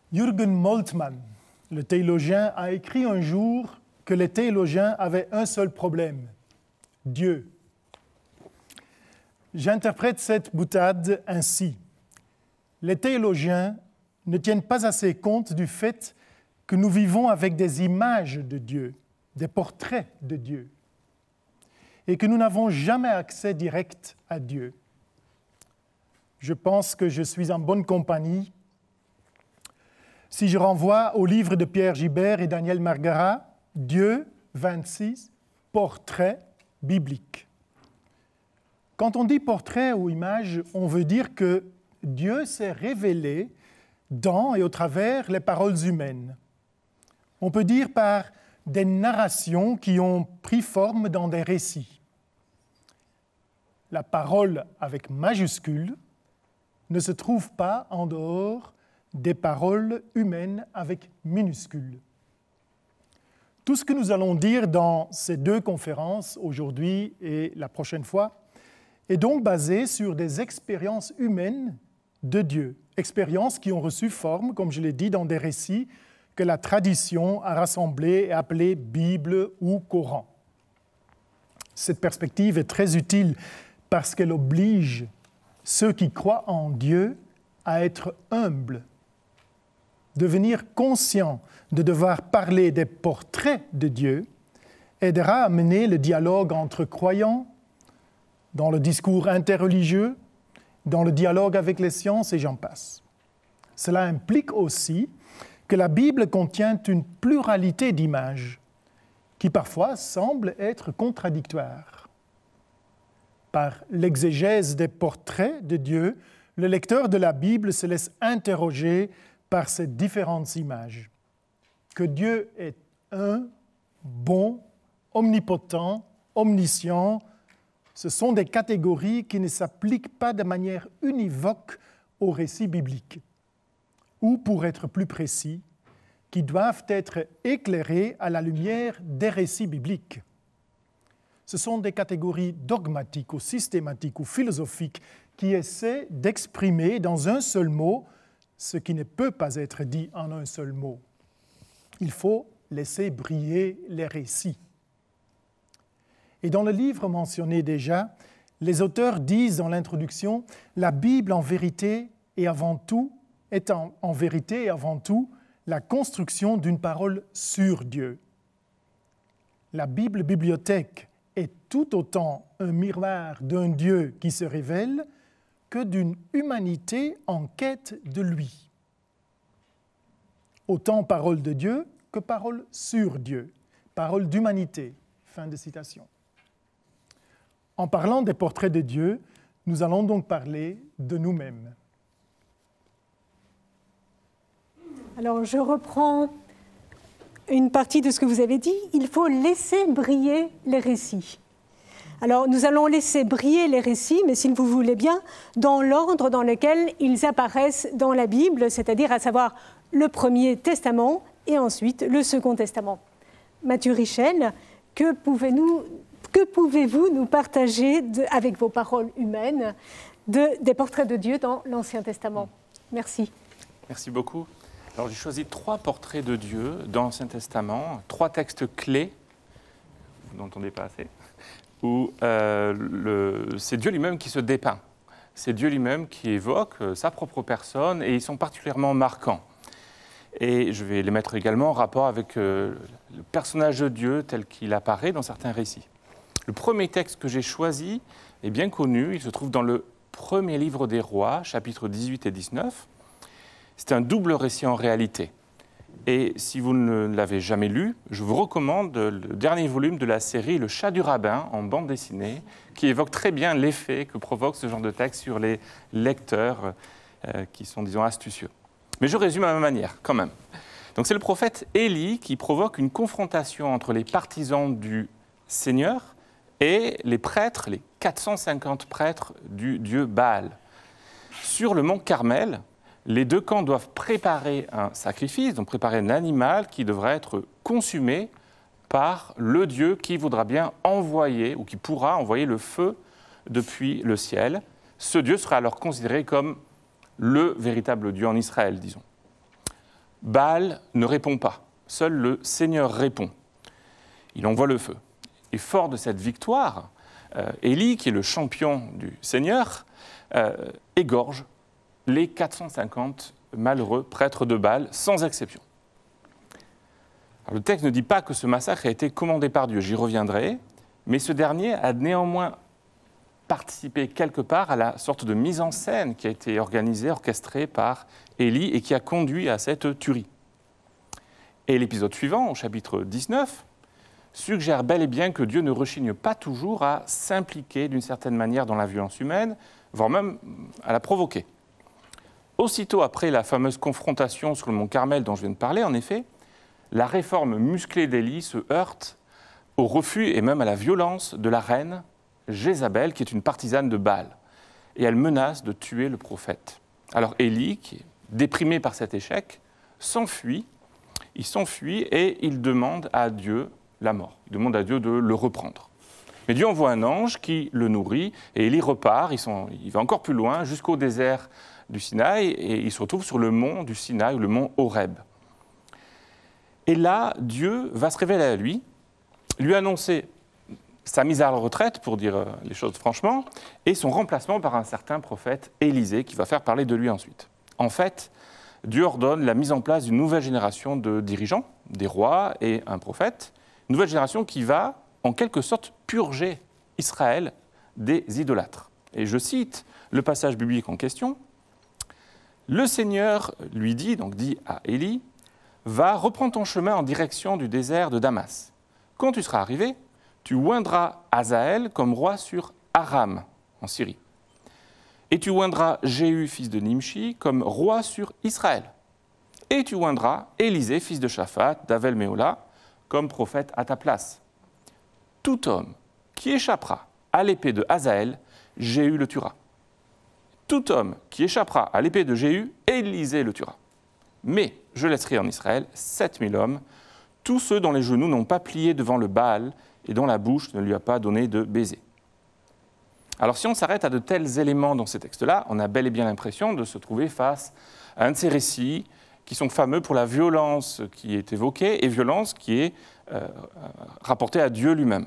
Jürgen Moltmann, le théologien, a écrit un jour que les théologiens avaient un seul problème, Dieu. J'interprète cette boutade ainsi. Les théologiens ne tiennent pas assez compte du fait que nous vivons avec des images de Dieu, des portraits de Dieu, et que nous n'avons jamais accès direct à Dieu. Je pense que je suis en bonne compagnie si je renvoie au livre de Pierre Gibert et Daniel Margarat, Dieu, 26, portrait biblique. Quand on dit portrait ou image, on veut dire que Dieu s'est révélé dans et au travers les paroles humaines. On peut dire par des narrations qui ont pris forme dans des récits. La parole avec majuscule ne se trouve pas en dehors des paroles humaines avec minuscule. Tout ce que nous allons dire dans ces deux conférences, aujourd'hui et la prochaine fois, est donc basé sur des expériences humaines de Dieu, expériences qui ont reçu forme, comme je l'ai dit, dans des récits que la tradition a rassemblés et appelés Bible ou Coran. Cette perspective est très utile parce qu'elle oblige ceux qui croient en Dieu à être humbles. Devenir conscient de devoir parler des portraits de Dieu aidera à mener le dialogue entre croyants, dans le discours interreligieux, dans le dialogue avec les sciences et j'en passe. Cela implique aussi que la Bible contient une pluralité d'images qui parfois semblent être contradictoires. Par l'exégèse des portraits de Dieu, le lecteur de la Bible se laisse interroger par ces différentes images. Que Dieu est un, bon, omnipotent, omniscient, ce sont des catégories qui ne s'appliquent pas de manière univoque au récit biblique, ou pour être plus précis, qui doivent être éclairées à la lumière des récits bibliques. Ce sont des catégories dogmatiques ou systématiques ou philosophiques qui essaient d'exprimer dans un seul mot ce qui ne peut pas être dit en un seul mot. Il faut laisser briller les récits. Et dans le livre mentionné déjà, les auteurs disent dans l'introduction « La Bible en vérité et avant tout est en vérité et avant tout la construction d'une parole sur Dieu. La Bible bibliothèque est tout autant un miroir d'un Dieu qui se révèle que d'une humanité en quête de lui. Autant parole de Dieu que parole sur Dieu, parole d'humanité. » Fin de citation. En parlant des portraits de Dieu, nous allons donc parler de nous-mêmes. Alors, je reprends une partie de ce que vous avez dit. Il faut laisser briller les récits. Alors, nous allons laisser briller les récits, mais si vous voulez bien, dans l'ordre dans lequel ils apparaissent dans la Bible, c'est-à-dire à savoir le Premier Testament et ensuite le Second Testament. Mathieu Richel, que pouvez-vous nous partager avec vos paroles humaines des portraits de Dieu dans l'Ancien Testament? Merci. Merci beaucoup. Alors, j'ai choisi 3 portraits de Dieu dans l'Ancien Testament, 3 textes clés, vous n'entendez pas assez, où c'est Dieu lui-même qui se dépeint. C'est Dieu lui-même qui évoque sa propre personne et ils sont particulièrement marquants. Et je vais les mettre également en rapport avec le personnage de Dieu tel qu'il apparaît dans certains récits. Le premier texte que j'ai choisi est bien connu, il se trouve dans le premier livre des Rois, chapitres 18 et 19. C'est un double récit en réalité. Et si vous ne l'avez jamais lu, je vous recommande le dernier volume de la série Le Chat du rabbin en bande dessinée, qui évoque très bien l'effet que provoque ce genre de texte sur les lecteurs qui sont, disons, astucieux. Mais je résume à ma manière, quand même. Donc c'est le prophète Élie qui provoque une confrontation entre les partisans du Seigneur et les prêtres, les 450 prêtres du dieu Baal. Sur le mont Carmel, les deux camps doivent préparer un sacrifice, donc préparer un animal qui devra être consumé par le Dieu qui voudra bien envoyer, ou qui pourra envoyer le feu depuis le ciel. Ce Dieu sera alors considéré comme le véritable Dieu en Israël, disons. Baal ne répond pas. Seul le Seigneur répond. Il envoie le feu. Et fort de cette victoire, Élie, qui est le champion du Seigneur, égorge les 450 malheureux prêtres de Baal, sans exception. Alors, le texte ne dit pas que ce massacre a été commandé par Dieu, j'y reviendrai, mais ce dernier a néanmoins participé quelque part à la sorte de mise en scène qui a été organisée, orchestrée par Élie et qui a conduit à cette tuerie. Et l'épisode suivant, au chapitre 19, suggère bel et bien que Dieu ne rechigne pas toujours à s'impliquer d'une certaine manière dans la violence humaine, voire même à la provoquer. Aussitôt après la fameuse confrontation sur le mont Carmel dont je viens de parler, en effet, la réforme musclée d'Élie se heurte au refus et même à la violence de la reine Jézabel, qui est une partisane de Baal. Et elle menace de tuer le prophète. Alors Élie, qui est déprimé par cet échec, s'enfuit. Il s'enfuit et il demande à Dieu la mort. Il demande à Dieu de le reprendre. Mais Dieu envoie un ange qui le nourrit et Élie repart. Il va encore plus loin, jusqu'au désert du Sinaï, et il se retrouve sur le mont du Sinaï, le mont Horeb. Et là, Dieu va se révéler à lui annoncer sa mise à la retraite, pour dire les choses franchement, et son remplacement par un certain prophète Élisée, qui va faire parler de lui ensuite. En fait, Dieu ordonne la mise en place d'une nouvelle génération de dirigeants, des rois et un prophète, une nouvelle génération qui va, en quelque sorte, purger Israël des idolâtres. Et je cite le passage biblique en question. « Le Seigneur lui dit, donc dit à Élie, « Va, reprends ton chemin en direction du désert de Damas. Quand tu seras arrivé, tu oindras Hazaël comme roi sur Aram, en Syrie. Et tu oindras Jéhu, fils de Nimshi, comme roi sur Israël. Et tu oindras Élisée, fils de Shaphat, d'Avel-Méola, comme prophète à ta place. Tout homme qui échappera à l'épée de Hazaël, Jéhu le tuera. Tout homme qui échappera à l'épée de Jéhu, Élisée le tuera. Mais je laisserai en Israël 7000 hommes, tous ceux dont les genoux n'ont pas plié devant le Baal et dont la bouche ne lui a pas donné de baiser. » Alors si on s'arrête à de tels éléments dans ces textes-là, on a bel et bien l'impression de se trouver face à un de ces récits qui sont fameux pour la violence qui est évoquée et violence qui est rapportée à Dieu lui-même.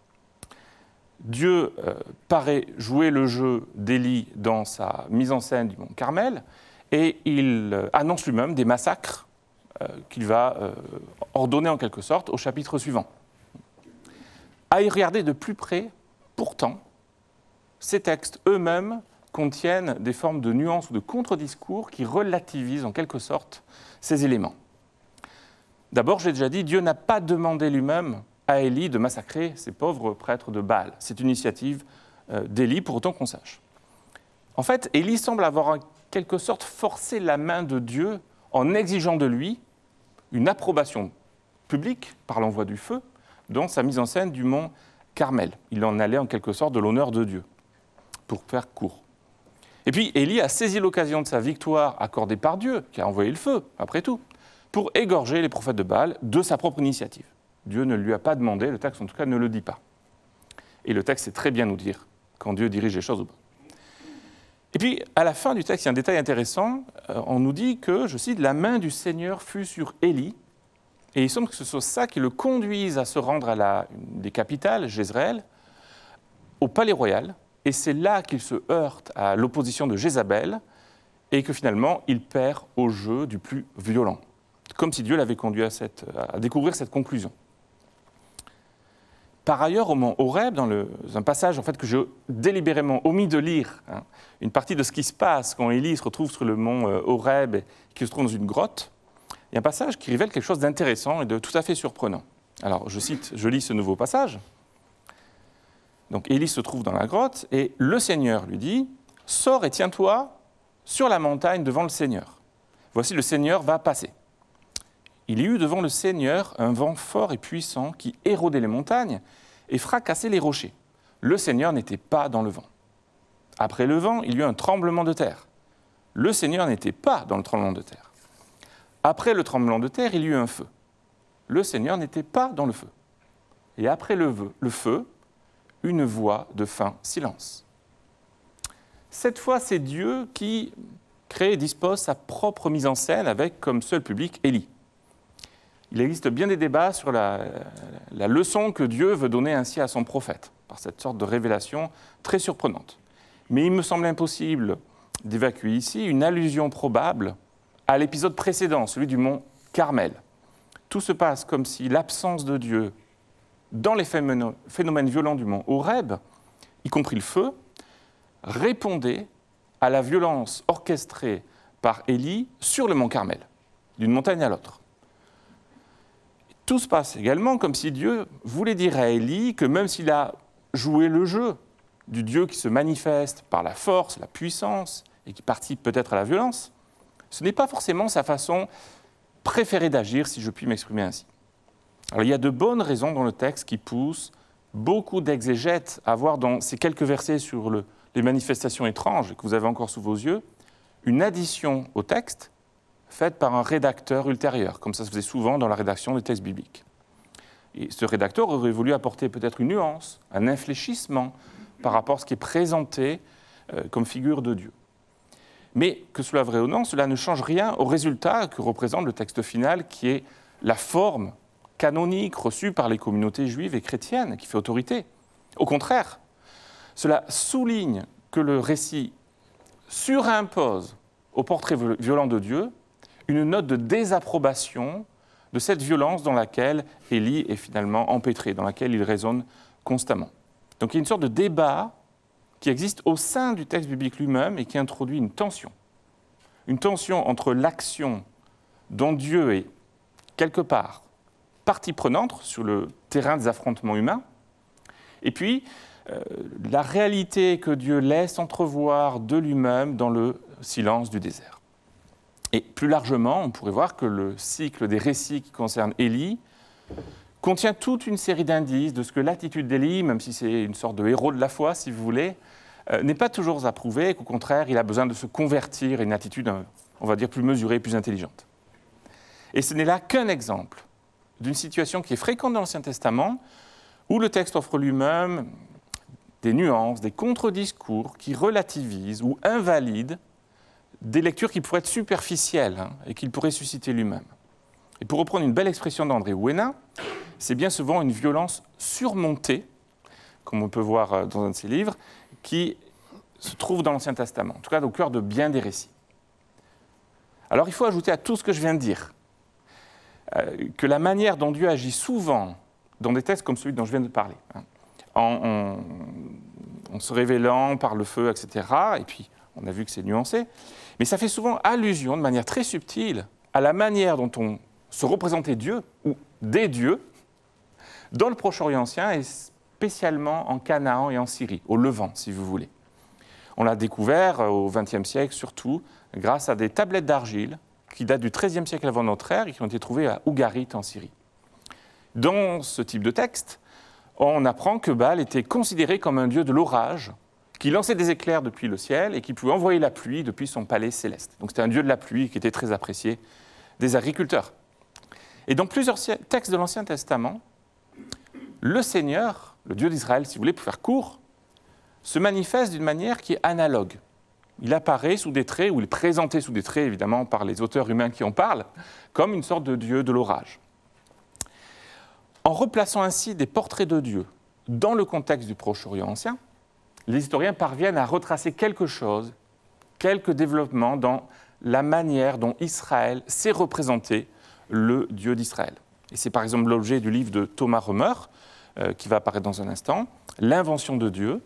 Dieu paraît jouer le jeu d'Élie dans sa mise en scène du mont Carmel et il annonce lui-même des massacres qu'il va ordonner en quelque sorte au chapitre suivant. À y regarder de plus près, pourtant, ces textes eux-mêmes contiennent des formes de nuances ou de contre-discours qui relativisent en quelque sorte ces éléments. D'abord, j'ai déjà dit, Dieu n'a pas demandé lui-même à Élie de massacrer ces pauvres prêtres de Baal. C'est une initiative d'Élie, pour autant qu'on sache. En fait, Élie semble avoir en quelque sorte forcé la main de Dieu en exigeant de lui une approbation publique par l'envoi du feu dans sa mise en scène du mont Carmel. Il en allait en quelque sorte de l'honneur de Dieu, pour faire court. Et puis Élie a saisi l'occasion de sa victoire accordée par Dieu, qui a envoyé le feu, après tout, pour égorger les prophètes de Baal de sa propre initiative. Dieu ne lui a pas demandé, le texte en tout cas ne le dit pas. Et le texte sait très bien nous dire quand Dieu dirige les choses ou pas. Et puis, à la fin du texte, il y a un détail intéressant. On nous dit que, je cite, « La main du Seigneur fut sur Élie ». Et il semble que ce soit ça qui le conduise à se rendre à une des capitales, Jezreel, au palais royal. Et c'est là qu'il se heurte à l'opposition de Jézabel et que finalement, il perd au jeu du plus violent. Comme si Dieu l'avait conduit à découvrir cette conclusion. Par ailleurs, au mont Horeb, dans un passage en fait, que j'ai délibérément omis de lire, une partie de ce qui se passe quand Élie se retrouve sur le mont Horeb et qui se trouve dans une grotte, il y a un passage qui révèle quelque chose d'intéressant et de tout à fait surprenant. Alors, je lis ce nouveau passage. Donc, Élie se trouve dans la grotte et le Seigneur lui dit « Sors et tiens-toi sur la montagne devant le Seigneur. Voici, le Seigneur va passer. » Il y eut devant le Seigneur un vent fort et puissant qui érodait les montagnes et fracassait les rochers. Le Seigneur n'était pas dans le vent. Après le vent, il y eut un tremblement de terre. Le Seigneur n'était pas dans le tremblement de terre. Après le tremblement de terre, il y eut un feu. Le Seigneur n'était pas dans le feu. Et après le feu, une voix de fin silence. Cette fois, c'est Dieu qui crée et dispose sa propre mise en scène avec comme seul public Élie. Il existe bien des débats sur la leçon que Dieu veut donner ainsi à son prophète, par cette sorte de révélation très surprenante. Mais il me semble impossible d'évacuer ici une allusion probable à l'épisode précédent, celui du mont Carmel. Tout se passe comme si l'absence de Dieu dans les phénomènes violents du mont Horeb, y compris le feu, répondait à la violence orchestrée par Élie sur le mont Carmel, d'une montagne à l'autre. Tout se passe également comme si Dieu voulait dire à Élie que même s'il a joué le jeu du Dieu qui se manifeste par la force, la puissance, et qui participe peut-être à la violence, ce n'est pas forcément sa façon préférée d'agir, si je puis m'exprimer ainsi. Alors, il y a de bonnes raisons dans le texte qui poussent beaucoup d'exégètes à voir dans ces quelques versets sur les manifestations étranges que vous avez encore sous vos yeux, une addition au texte faite par un rédacteur ultérieur, comme ça se faisait souvent dans la rédaction des textes bibliques. Et ce rédacteur aurait voulu apporter peut-être une nuance, un infléchissement par rapport à ce qui est présenté comme figure de Dieu. Mais que cela soit vrai ou non, cela ne change rien au résultat que représente le texte final, qui est la forme canonique reçue par les communautés juives et chrétiennes, qui fait autorité. Au contraire, cela souligne que le récit surimpose au portrait violent de Dieu une note de désapprobation de cette violence dans laquelle Élie est finalement empêtré, dans laquelle il résonne constamment. Donc il y a une sorte de débat qui existe au sein du texte biblique lui-même et qui introduit une tension entre l'action dont Dieu est, quelque part, partie prenante sur le terrain des affrontements humains, et puis la réalité que Dieu laisse entrevoir de lui-même dans le silence du désert. Et plus largement, on pourrait voir que le cycle des récits qui concernent Élie contient toute une série d'indices de ce que l'attitude d'Élie, même si c'est une sorte de héros de la foi, si vous voulez, n'est pas toujours approuvée, et qu'au contraire, il a besoin de se convertir à une attitude, on va dire, plus mesurée, plus intelligente. Et ce n'est là qu'un exemple d'une situation qui est fréquente dans l'Ancien Testament, où le texte offre lui-même des nuances, des contre-discours qui relativisent ou invalident des lectures qui pourraient être superficielles et qu'il pourrait susciter lui-même. Et pour reprendre une belle expression d'André Ouéna, c'est bien souvent une violence surmontée, comme on peut voir dans un de ses livres, qui se trouve dans l'Ancien Testament, en tout cas au cœur de bien des récits. Alors il faut ajouter à tout ce que je viens de dire que la manière dont Dieu agit souvent dans des textes comme celui dont je viens de parler, en se révélant par le feu, etc., et puis on a vu que c'est nuancé, mais ça fait souvent allusion, de manière très subtile, à la manière dont on se représentait Dieu, ou des dieux, dans le Proche-Orient ancien, et spécialement en Canaan et en Syrie, au Levant, si vous voulez. On l'a découvert au XXe siècle, surtout, grâce à des tablettes d'argile qui datent du XIIIe siècle avant notre ère et qui ont été trouvées à Ougarit, en Syrie. Dans ce type de texte, on apprend que Baal était considéré comme un dieu de l'orage, qui lançait des éclairs depuis le ciel et qui pouvait envoyer la pluie depuis son palais céleste. Donc c'était un dieu de la pluie qui était très apprécié des agriculteurs. Et dans plusieurs textes de l'Ancien Testament, le Seigneur, le Dieu d'Israël, si vous voulez, pour faire court, se manifeste d'une manière qui est analogue. Il apparaît sous des traits, ou il est présenté sous des traits, évidemment, par les auteurs humains qui en parlent, comme une sorte de dieu de l'orage. En replaçant ainsi des portraits de Dieu dans le contexte du Proche-Orient ancien, les historiens parviennent à retracer quelque chose, quelques développements dans la manière dont Israël s'est représenté le Dieu d'Israël. Et c'est par exemple l'objet du livre de Thomas Römer, qui va apparaître dans un instant, L'invention de Dieu,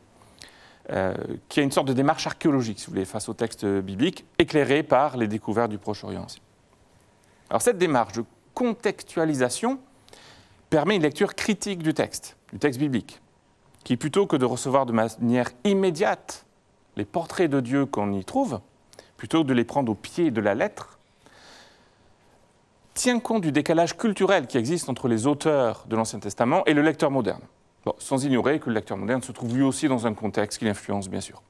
qui a une sorte de démarche archéologique, si vous voulez, face au texte biblique, éclairé par les découvertes du Proche-Orient ancien. Alors cette démarche de contextualisation permet une lecture critique du texte biblique, qui, plutôt que de recevoir de manière immédiate les portraits de Dieu qu'on y trouve, plutôt que de les prendre au pied de la lettre, tient compte du décalage culturel qui existe entre les auteurs de l'Ancien Testament et le lecteur moderne. Bon, sans ignorer que le lecteur moderne se trouve lui aussi dans un contexte qui l'influence, bien sûr.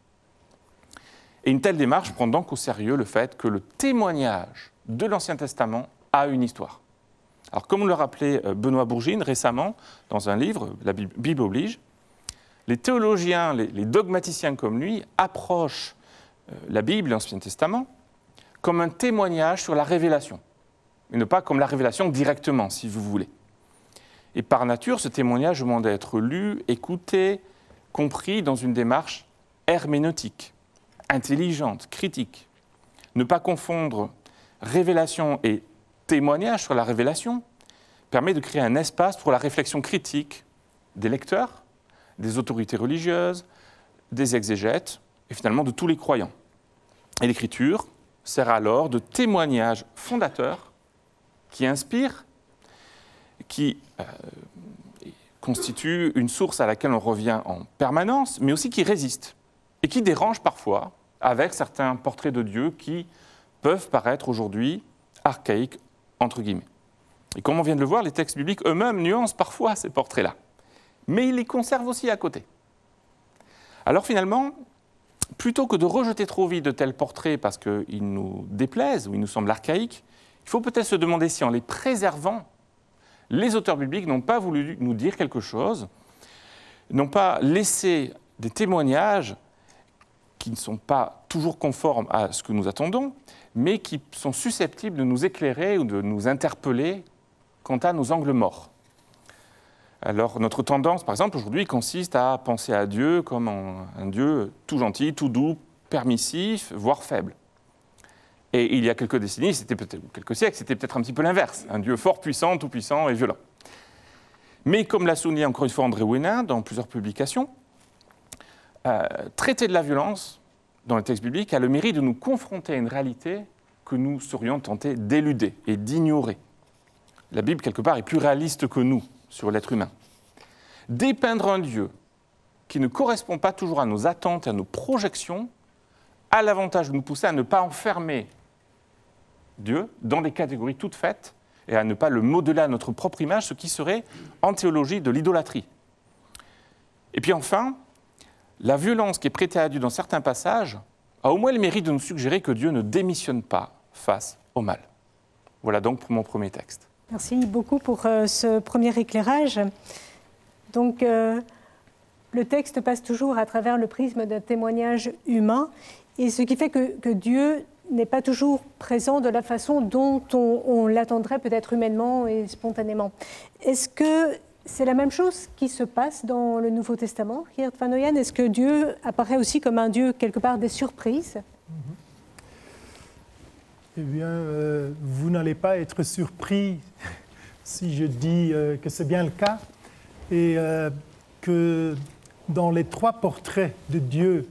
Et une telle démarche prend donc au sérieux le fait que le témoignage de l'Ancien Testament a une histoire. Alors, comme le rappelait Benoît Bourgine récemment dans un livre, La Bible oblige, les théologiens, les dogmaticiens comme lui, approchent la Bible, l'Ancien Testament, comme un témoignage sur la révélation, et non pas comme la révélation directement, si vous voulez. Et par nature, ce témoignage demande à être lu, écouté, compris dans une démarche herméneutique, intelligente, critique. Ne pas confondre révélation et témoignage sur la révélation permet de créer un espace pour la réflexion critique des lecteurs, des autorités religieuses, des exégètes et finalement de tous les croyants. Et l'Écriture sert alors de témoignage fondateur qui inspire, qui constitue une source à laquelle on revient en permanence, mais aussi qui résiste et qui dérange parfois avec certains portraits de Dieu qui peuvent paraître aujourd'hui archaïques, entre guillemets. Et comme on vient de le voir, les textes bibliques eux-mêmes nuancent parfois ces portraits-là. Mais ils les conservent aussi à côté. Alors finalement, plutôt que de rejeter trop vite de tels portraits parce qu'ils nous déplaisent ou ils nous semblent archaïques, il faut peut-être se demander si en les préservant, les auteurs bibliques n'ont pas voulu nous dire quelque chose, n'ont pas laissé des témoignages qui ne sont pas toujours conformes à ce que nous attendons, mais qui sont susceptibles de nous éclairer ou de nous interpeller quant à nos angles morts. Alors notre tendance, par exemple, aujourd'hui, consiste à penser à Dieu comme un Dieu tout gentil, tout doux, permissif, voire faible. Et il y a quelques décennies, quelques siècles, c'était peut-être un petit peu l'inverse, un Dieu fort, puissant, tout-puissant et violent. Mais comme l'a souligné encore une fois André Ouénin dans plusieurs publications, traiter de la violence dans le texte biblique a le mérite de nous confronter à une réalité que nous serions tentés d'éluder et d'ignorer. La Bible, quelque part, est plus réaliste que nous sur l'être humain. Dépeindre un Dieu qui ne correspond pas toujours à nos attentes et à nos projections a l'avantage de nous pousser à ne pas enfermer Dieu dans des catégories toutes faites et à ne pas le modeler à notre propre image, ce qui serait en théologie de l'idolâtrie. Et puis enfin, la violence qui est prêtée à Dieu dans certains passages a au moins le mérite de nous suggérer que Dieu ne démissionne pas face au mal. Voilà donc pour mon premier texte. Merci beaucoup pour ce premier éclairage. Donc, le texte passe toujours à travers le prisme d'un témoignage humain, et ce qui fait que Dieu n'est pas toujours présent de la façon dont on l'attendrait peut-être humainement et spontanément. Est-ce que c'est la même chose qui se passe dans le Nouveau Testament, Geert Van Ooyen? Est-ce que Dieu apparaît aussi comme un Dieu, quelque part, des surprises? Eh bien, vous n'allez pas être surpris si je dis que c'est bien le cas et que dans les trois portraits de Dieu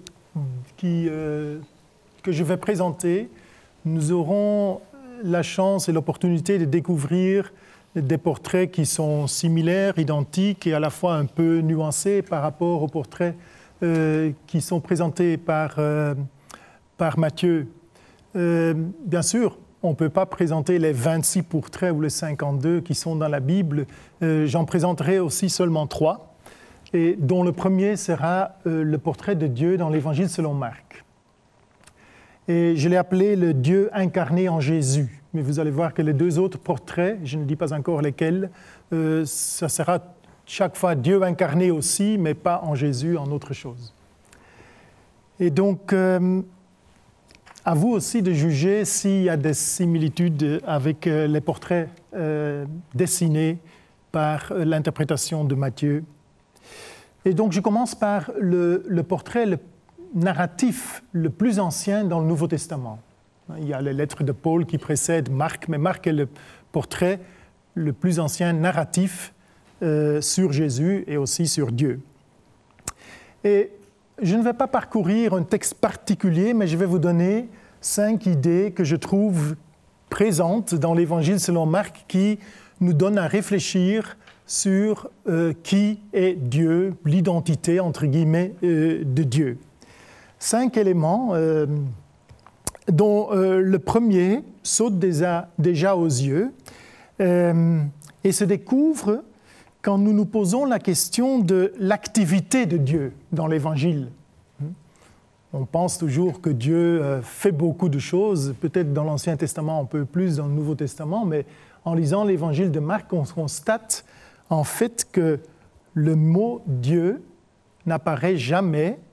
que je vais présenter, nous aurons la chance et l'opportunité de découvrir des portraits qui sont similaires, identiques et à la fois un peu nuancés par rapport aux portraits qui sont présentés par Matthieu. Bien sûr, on ne peut pas présenter les 26 portraits ou les 52 qui sont dans la Bible. J'en présenterai aussi seulement 3, et dont le premier sera le portrait de Dieu dans l'Évangile selon Marc. Et je l'ai appelé le Dieu incarné en Jésus. Mais vous allez voir que les deux autres portraits, je ne dis pas encore lesquels, ça sera chaque fois Dieu incarné aussi, mais pas en Jésus, en autre chose. Et donc, à vous aussi de juger s'il y a des similitudes avec les portraits dessinés par l'interprétation de Matthieu. Et donc, je commence par le portrait narratif le plus ancien dans le Nouveau Testament. Il y a les lettres de Paul qui précèdent Marc, mais Marc est le portrait le plus ancien narratif sur Jésus et aussi sur Dieu. Et je ne vais pas parcourir un texte particulier, mais je vais vous donner 5 idées que je trouve présentes dans l'Évangile selon Marc qui nous donnent à réfléchir sur qui est Dieu, l'identité, entre guillemets, de Dieu. 5 éléments dont le premier saute déjà aux yeux et se découvre quand nous nous posons la question de l'activité de Dieu dans l'Évangile. On pense toujours que Dieu fait beaucoup de choses, peut-être dans l'Ancien Testament un peu plus dans le Nouveau Testament, mais en lisant l'Évangile de Marc, on constate en fait que le mot Dieu n'apparaît jamais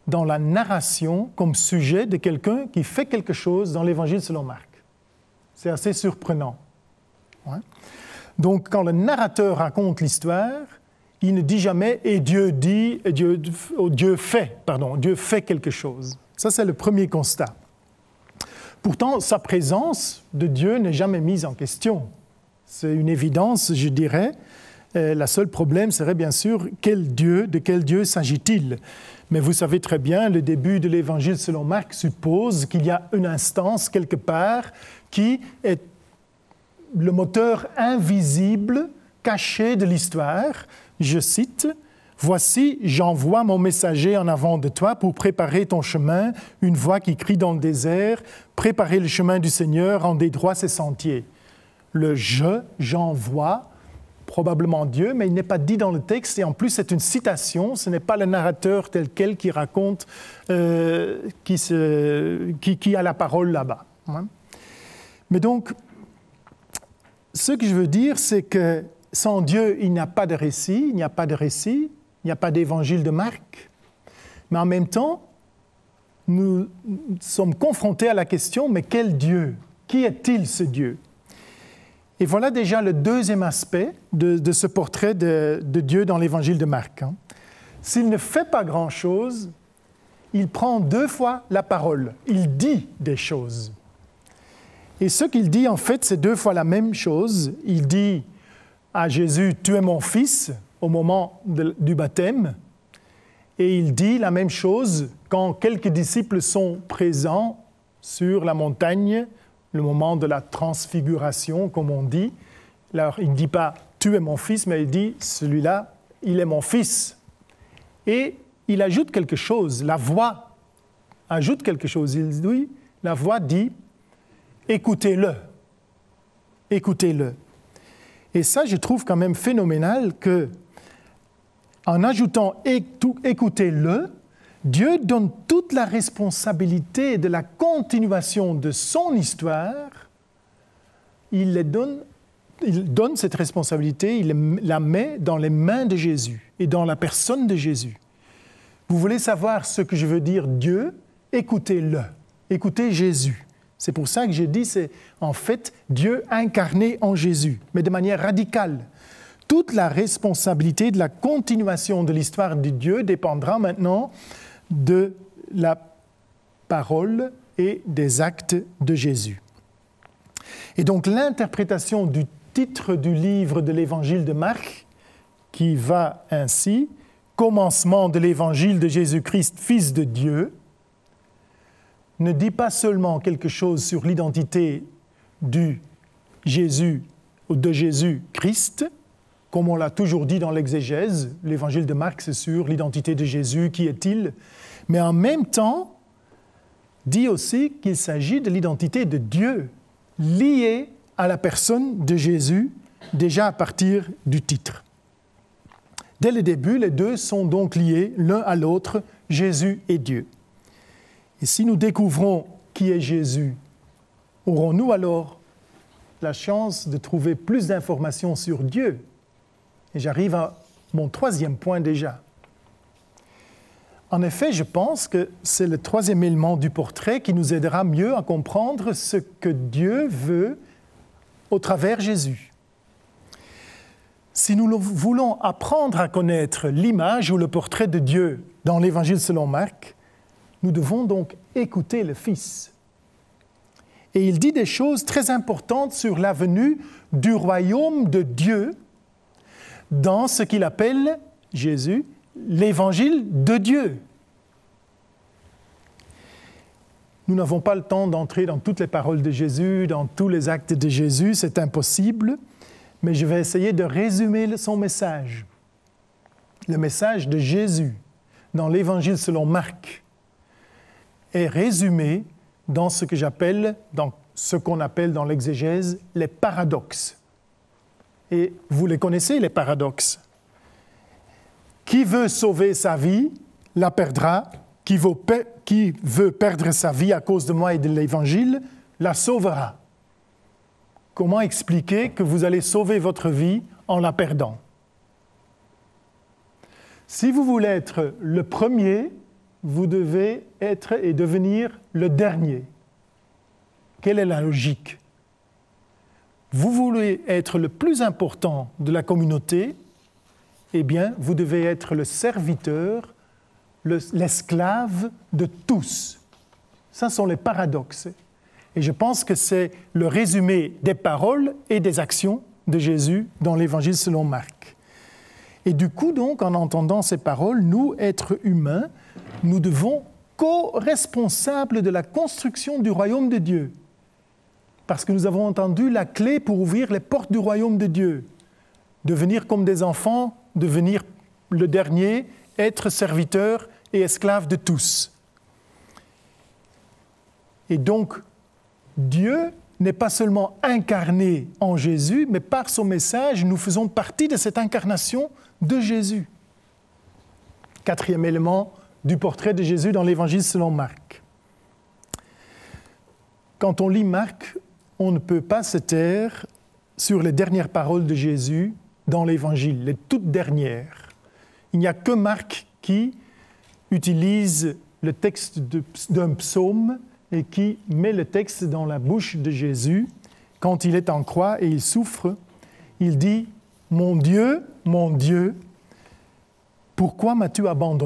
dans la narration comme sujet de quelqu'un qui fait quelque chose dans l'Évangile selon Marc. C'est assez surprenant. Ouais. Donc, quand le narrateur raconte l'histoire, il ne dit jamais « et Dieu dit », Dieu fait quelque chose. Ça, c'est le premier constat. Pourtant, sa présence de Dieu n'est jamais mise en question. C'est une évidence, je dirais. Le seul problème serait bien sûr de quel Dieu s'agit-il? Mais vous savez très bien, le début de l'Évangile selon Marc suppose qu'il y a une instance quelque part qui est le moteur invisible, caché de l'histoire. Je cite, « Voici, j'envoie mon messager en avant de toi pour préparer ton chemin, une voix qui crie dans le désert, préparer le chemin du Seigneur, rendez droit ses sentiers. » Le « j'envoie », probablement Dieu, mais il n'est pas dit dans le texte, et en plus c'est une citation, ce n'est pas le narrateur tel quel qui raconte, qui a la parole là-bas. Hein. Mais donc, ce que je veux dire, c'est que sans Dieu, il n'y a pas de récit, il n'y a pas d'évangile de Marc, mais en même temps, nous sommes confrontés à la question, mais quel Dieu? Qui est-il ce Dieu? Et voilà déjà le deuxième aspect de ce portrait de Dieu dans l'Évangile de Marc. Hein. S'il ne fait pas grand-chose, il prend 2 fois la parole. Il dit des choses. Et ce qu'il dit, en fait, c'est 2 fois la même chose. Il dit à Jésus, « Tu es mon fils » au moment du baptême. Et il dit la même chose quand quelques disciples sont présents sur la montagne, le moment de la transfiguration, comme on dit. Alors, il ne dit pas « tu es mon fils », mais il dit « celui-là, il est mon fils ». Et il ajoute quelque chose, la voix ajoute quelque chose. La voix dit « écoutez-le ». Écoutez-le. Et ça, je trouve quand même phénoménal que, en ajoutant « écoutez-le », Dieu donne toute la responsabilité de la continuation de son histoire. Il donne cette responsabilité, il la met dans les mains de Jésus et dans la personne de Jésus. Vous voulez savoir ce que je veux dire Dieu? Écoutez-le. Écoutez Jésus. C'est pour ça que je dis, c'est en fait Dieu incarné en Jésus, mais de manière radicale. Toute la responsabilité de la continuation de l'histoire de Dieu dépendra maintenant de la parole et des actes de Jésus. Et donc l'interprétation du titre du livre de l'Évangile de Marc, qui va ainsi, « Commencement de l'Évangile de Jésus-Christ, Fils de Dieu », ne dit pas seulement quelque chose sur l'identité de Jésus-Christ, comme on l'a toujours dit dans l'exégèse, l'Évangile de Marc, c'est sur l'identité de Jésus, qui est-il? Mais en même temps, dit aussi qu'il s'agit de l'identité de Dieu, liée à la personne de Jésus, déjà à partir du titre. Dès le début, les deux sont donc liés l'un à l'autre, Jésus et Dieu. Et si nous découvrons qui est Jésus, aurons-nous alors la chance de trouver plus d'informations sur Dieu? Et j'arrive à mon 3e point déjà. En effet, je pense que c'est le 3e élément du portrait qui nous aidera mieux à comprendre ce que Dieu veut au travers Jésus. Si nous voulons apprendre à connaître l'image ou le portrait de Dieu dans l'Évangile selon Marc, nous devons donc écouter le Fils. Et il dit des choses très importantes sur la venue du royaume de Dieu dans ce qu'il appelle, Jésus, l'Évangile de Dieu. Nous n'avons pas le temps d'entrer dans toutes les paroles de Jésus, dans tous les actes de Jésus, c'est impossible, mais je vais essayer de résumer son message. Le message de Jésus dans l'Évangile selon Marc est résumé dans ce qu'on appelle dans l'exégèse les paradoxes. Et vous les connaissez, les paradoxes. Qui veut sauver sa vie, la perdra. Qui veut perdre sa vie à cause de moi et de l'Évangile, la sauvera. Comment expliquer que vous allez sauver votre vie en la perdant? Si vous voulez être le premier, vous devez être et devenir le dernier. Quelle est la logique? Vous voulez être le plus important de la communauté, eh bien, vous devez être le serviteur, l'esclave de tous. Ça sont les paradoxes. Et je pense que c'est le résumé des paroles et des actions de Jésus dans l'Évangile selon Marc. Et du coup, donc, en entendant ces paroles, nous, êtres humains, nous devons co-responsables de la construction du royaume de Dieu. Parce que nous avons entendu la clé pour ouvrir les portes du royaume de Dieu. Devenir comme des enfants, devenir le dernier, être serviteur et esclave de tous. Et donc, Dieu n'est pas seulement incarné en Jésus, mais par son message, nous faisons partie de cette incarnation de Jésus. 4e élément du portrait de Jésus dans l'Évangile selon Marc. Quand on lit Marc, on ne peut pas se taire sur les dernières paroles de Jésus dans l'Évangile, les toutes dernières. Il n'y a que Marc qui utilise le texte d'un psaume et qui met le texte dans la bouche de Jésus quand il est en croix et il souffre. Il dit « Mon Dieu, pourquoi m'as-tu abandonné ?»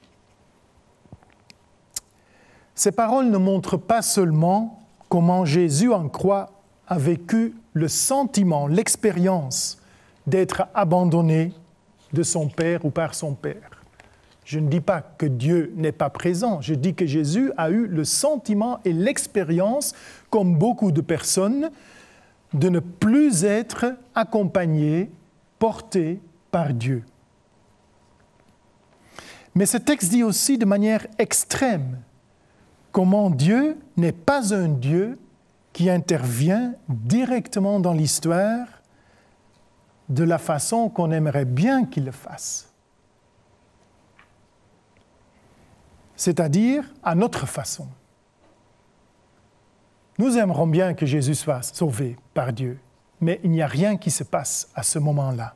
Ces paroles ne montrent pas seulement comment Jésus en croix a vécu le sentiment, l'expérience d'être abandonné de son Père ou par son Père. Je ne dis pas que Dieu n'est pas présent, je dis que Jésus a eu le sentiment et l'expérience, comme beaucoup de personnes, de ne plus être accompagné, porté par Dieu. Mais ce texte dit aussi de manière extrême comment Dieu n'est pas un Dieu qui intervient directement dans l'histoire de la façon qu'on aimerait bien qu'il le fasse. C'est-à-dire à notre façon. Nous aimerons bien que Jésus soit sauvé par Dieu, mais il n'y a rien qui se passe à ce moment-là.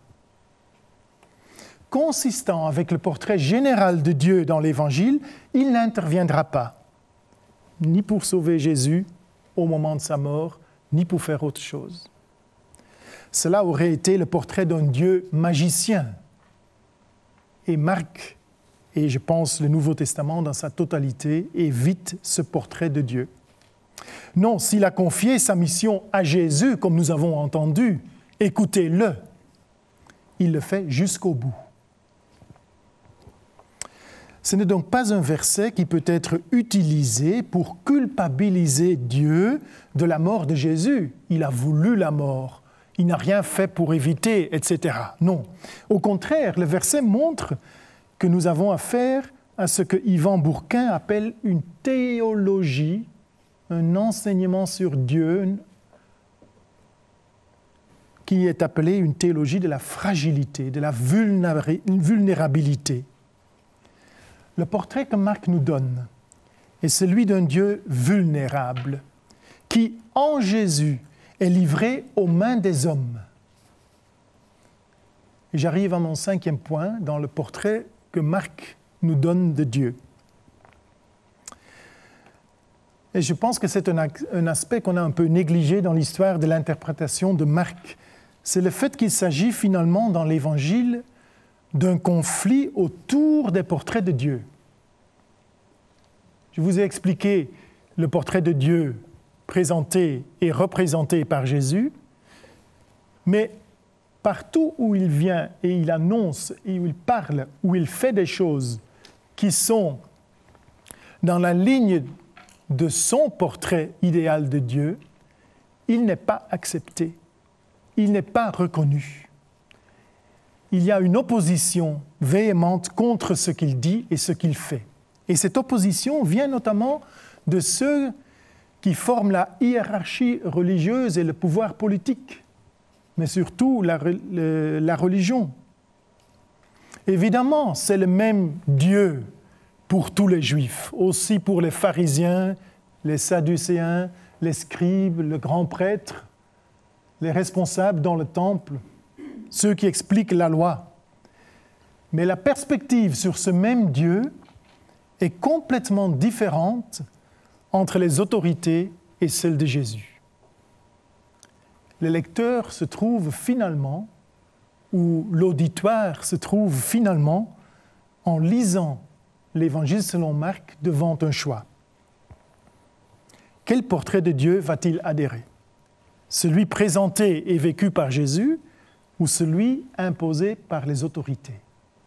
Consistant avec le portrait général de Dieu dans l'Évangile, il n'interviendra pas, ni pour sauver Jésus au moment de sa mort, ni pour faire autre chose. Cela aurait été le portrait d'un Dieu magicien. Et Marc, et je pense le Nouveau Testament dans sa totalité, évite ce portrait de Dieu. Non, s'il a confié sa mission à Jésus, comme nous avons entendu, écoutez-le, il le fait jusqu'au bout. Ce n'est donc pas un verset qui peut être utilisé pour culpabiliser Dieu de la mort de Jésus. Il a voulu la mort, il n'a rien fait pour éviter, etc. Non. Au contraire, le verset montre que nous avons affaire à ce que Yvan Bourquin appelle une théologie, un enseignement sur Dieu, qui est appelé une théologie de la fragilité, de la vulnérabilité. Le portrait que Marc nous donne est celui d'un Dieu vulnérable, qui, en Jésus, est livré aux mains des hommes. Et j'arrive à mon 5e point dans le portrait que Marc nous donne de Dieu. Et je pense que c'est un aspect qu'on a un peu négligé dans l'histoire de l'interprétation de Marc. C'est le fait qu'il s'agit finalement dans l'Évangile d'un conflit autour des portraits de Dieu. Je vous ai expliqué le portrait de Dieu présenté et représenté par Jésus, mais partout où il vient et il annonce, et où il parle, où il fait des choses qui sont dans la ligne de son portrait idéal de Dieu, il n'est pas accepté, il n'est pas reconnu. Il y a une opposition véhémente contre ce qu'il dit et ce qu'il fait. Et cette opposition vient notamment de ceux qui forment la hiérarchie religieuse et le pouvoir politique, mais surtout la religion. Évidemment, c'est le même Dieu pour tous les Juifs, aussi pour les pharisiens, les sadducéens, les scribes, le grand prêtre, les responsables dans le temple, ceux qui expliquent la loi. Mais la perspective sur ce même Dieu est complètement différente entre les autorités et celles de Jésus. Le lecteur se trouve finalement, ou l'auditoire se trouve finalement, en lisant l'Évangile selon Marc devant un choix. Quel portrait de Dieu va-t-il adhérer? Celui présenté et vécu par Jésus ou celui imposé par les autorités?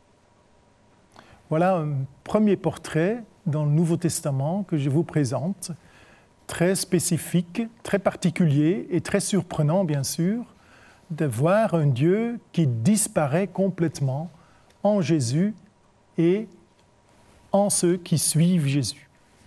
Voilà un premier portrait dans le Nouveau Testament que je vous présente, très spécifique, très particulier et très surprenant, bien sûr, de voir un Dieu qui disparaît complètement en Jésus et en ceux qui suivent Jésus.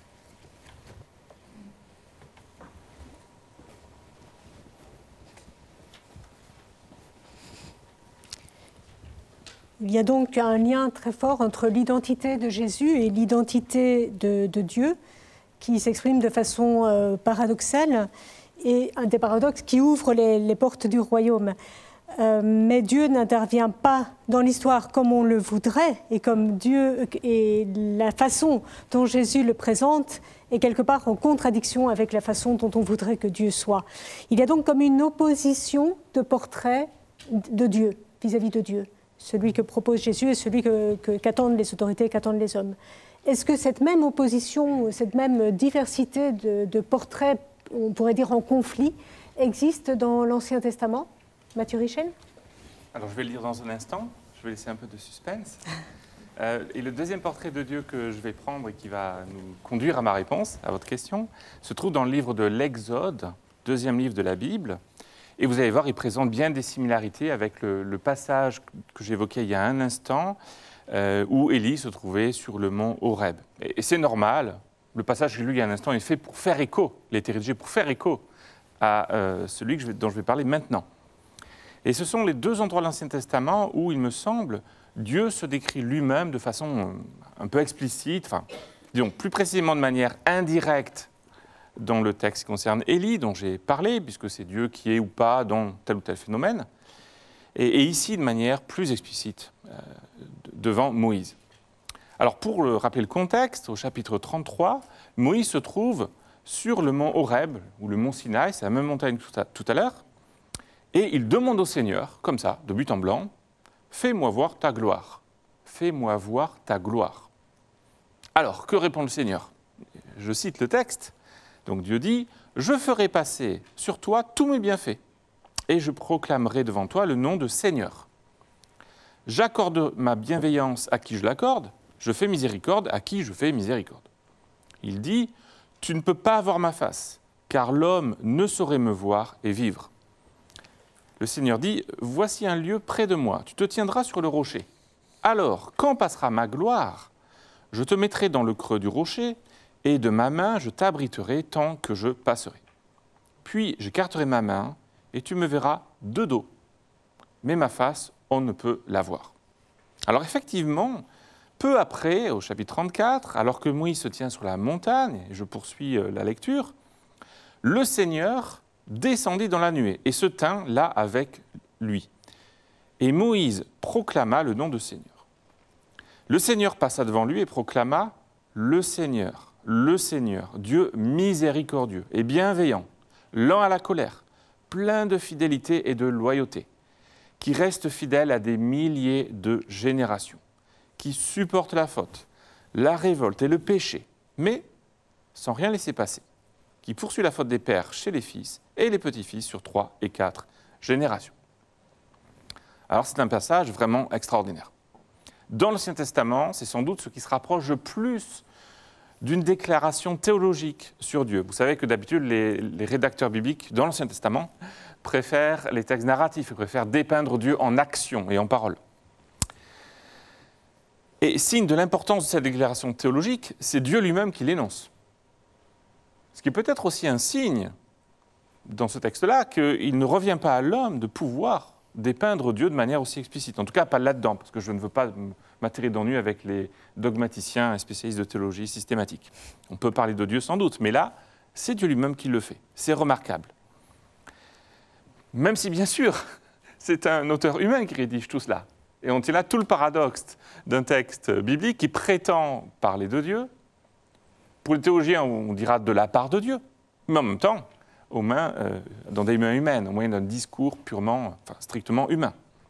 Il y a donc un lien très fort entre l'identité de Jésus et l'identité de Dieu qui s'exprime de façon paradoxale et un des paradoxes qui ouvre les portes du royaume. Mais Dieu n'intervient pas dans l'histoire comme on le voudrait et comme Dieu et la façon dont Jésus le présente est quelque part en contradiction avec la façon dont on voudrait que Dieu soit. Il y a donc comme une opposition de portrait de Dieu vis-à-vis de Dieu. Celui que propose Jésus et celui qu'attendent les autorités, qu'attendent les hommes. Est-ce que cette même opposition, cette même diversité de portraits, on pourrait dire en conflit, existe dans l'Ancien Testament? Mathieu Richel? Alors je vais le lire dans un instant, je vais laisser un peu de suspense. Et le deuxième portrait de Dieu que je vais prendre et qui va nous conduire à ma réponse, à votre question, se trouve dans le livre de l'Exode, deuxième livre de la Bible. Et vous allez voir, il présente bien des similarités avec le passage que j'évoquais il y a un instant, où Élie se trouvait sur le mont Horeb. Et c'est normal, le passage que j'ai lu il y a un instant est fait pour faire écho, il a été rédigé pour faire écho à celui dont je vais parler maintenant. Et ce sont les deux endroits de l'Ancien Testament où, il me semble, Dieu se décrit lui-même de façon un peu explicite, enfin, disons plus précisément de manière indirecte, dans le texte qui concerne Élie, dont j'ai parlé, puisque c'est Dieu qui est ou pas dans tel ou tel phénomène, et ici de manière plus explicite, devant Moïse. Alors pour rappeler le contexte, au chapitre 33, Moïse se trouve sur le mont Horeb, ou le mont Sinaï, c'est la même montagne que tout à l'heure, et il demande au Seigneur, comme ça, de but en blanc, « Fais-moi voir ta gloire, fais-moi voir ta gloire. » Alors, que répond le Seigneur? Je cite le texte. Donc Dieu dit, « Je ferai passer sur toi tous mes bienfaits, et je proclamerai devant toi le nom de Seigneur. J'accorde ma bienveillance à qui je l'accorde, je fais miséricorde à qui je fais miséricorde. » Il dit, « Tu ne peux pas voir ma face, car l'homme ne saurait me voir et vivre. » Le Seigneur dit, « Voici un lieu près de moi, tu te tiendras sur le rocher. Alors, quand passera ma gloire, je te mettrai dans le creux du rocher, et de ma main, je t'abriterai tant que je passerai. Puis j'écarterai ma main, et tu me verras de dos. Mais ma face, on ne peut la voir. » Alors effectivement, peu après, au chapitre 34, alors que Moïse se tient sur la montagne, et je poursuis la lecture, le Seigneur descendit dans la nuée et se tint là avec lui. Et Moïse proclama le nom du Seigneur. Le Seigneur passa devant lui et proclama « Le Seigneur, Dieu miséricordieux et bienveillant, lent à la colère, plein de fidélité et de loyauté, qui reste fidèle à des milliers de générations, qui supporte la faute, la révolte et le péché, mais sans rien laisser passer, qui poursuit la faute des pères chez les fils et les petits-fils sur 3 et 4 générations. » Alors c'est un passage vraiment extraordinaire. Dans l'Ancien Testament, c'est sans doute ce qui se rapproche le plus d'une déclaration théologique sur Dieu. Vous savez que d'habitude, les rédacteurs bibliques dans l'Ancien Testament préfèrent les textes narratifs, ils préfèrent dépeindre Dieu en action et en parole. Et signe de l'importance de cette déclaration théologique, c'est Dieu lui-même qui l'énonce. Ce qui peut être aussi un signe, dans ce texte-là, qu'il ne revient pas à l'homme de pouvoir dépeindre Dieu de manière aussi explicite. En tout cas, pas là-dedans, parce que je ne veux pas m'attirer d'ennui avec les dogmaticiens et spécialistes de théologie systématique. On peut parler de Dieu sans doute, mais là, c'est Dieu lui-même qui le fait. C'est remarquable. Même si, bien sûr, c'est un auteur humain qui rédige tout cela. Et on tient là tout le paradoxe d'un texte biblique qui prétend parler de Dieu Pour les théologiens, on dira de la part de Dieu, mais en même temps, dans des mains humaines, au moyen d'un discours strictement humain.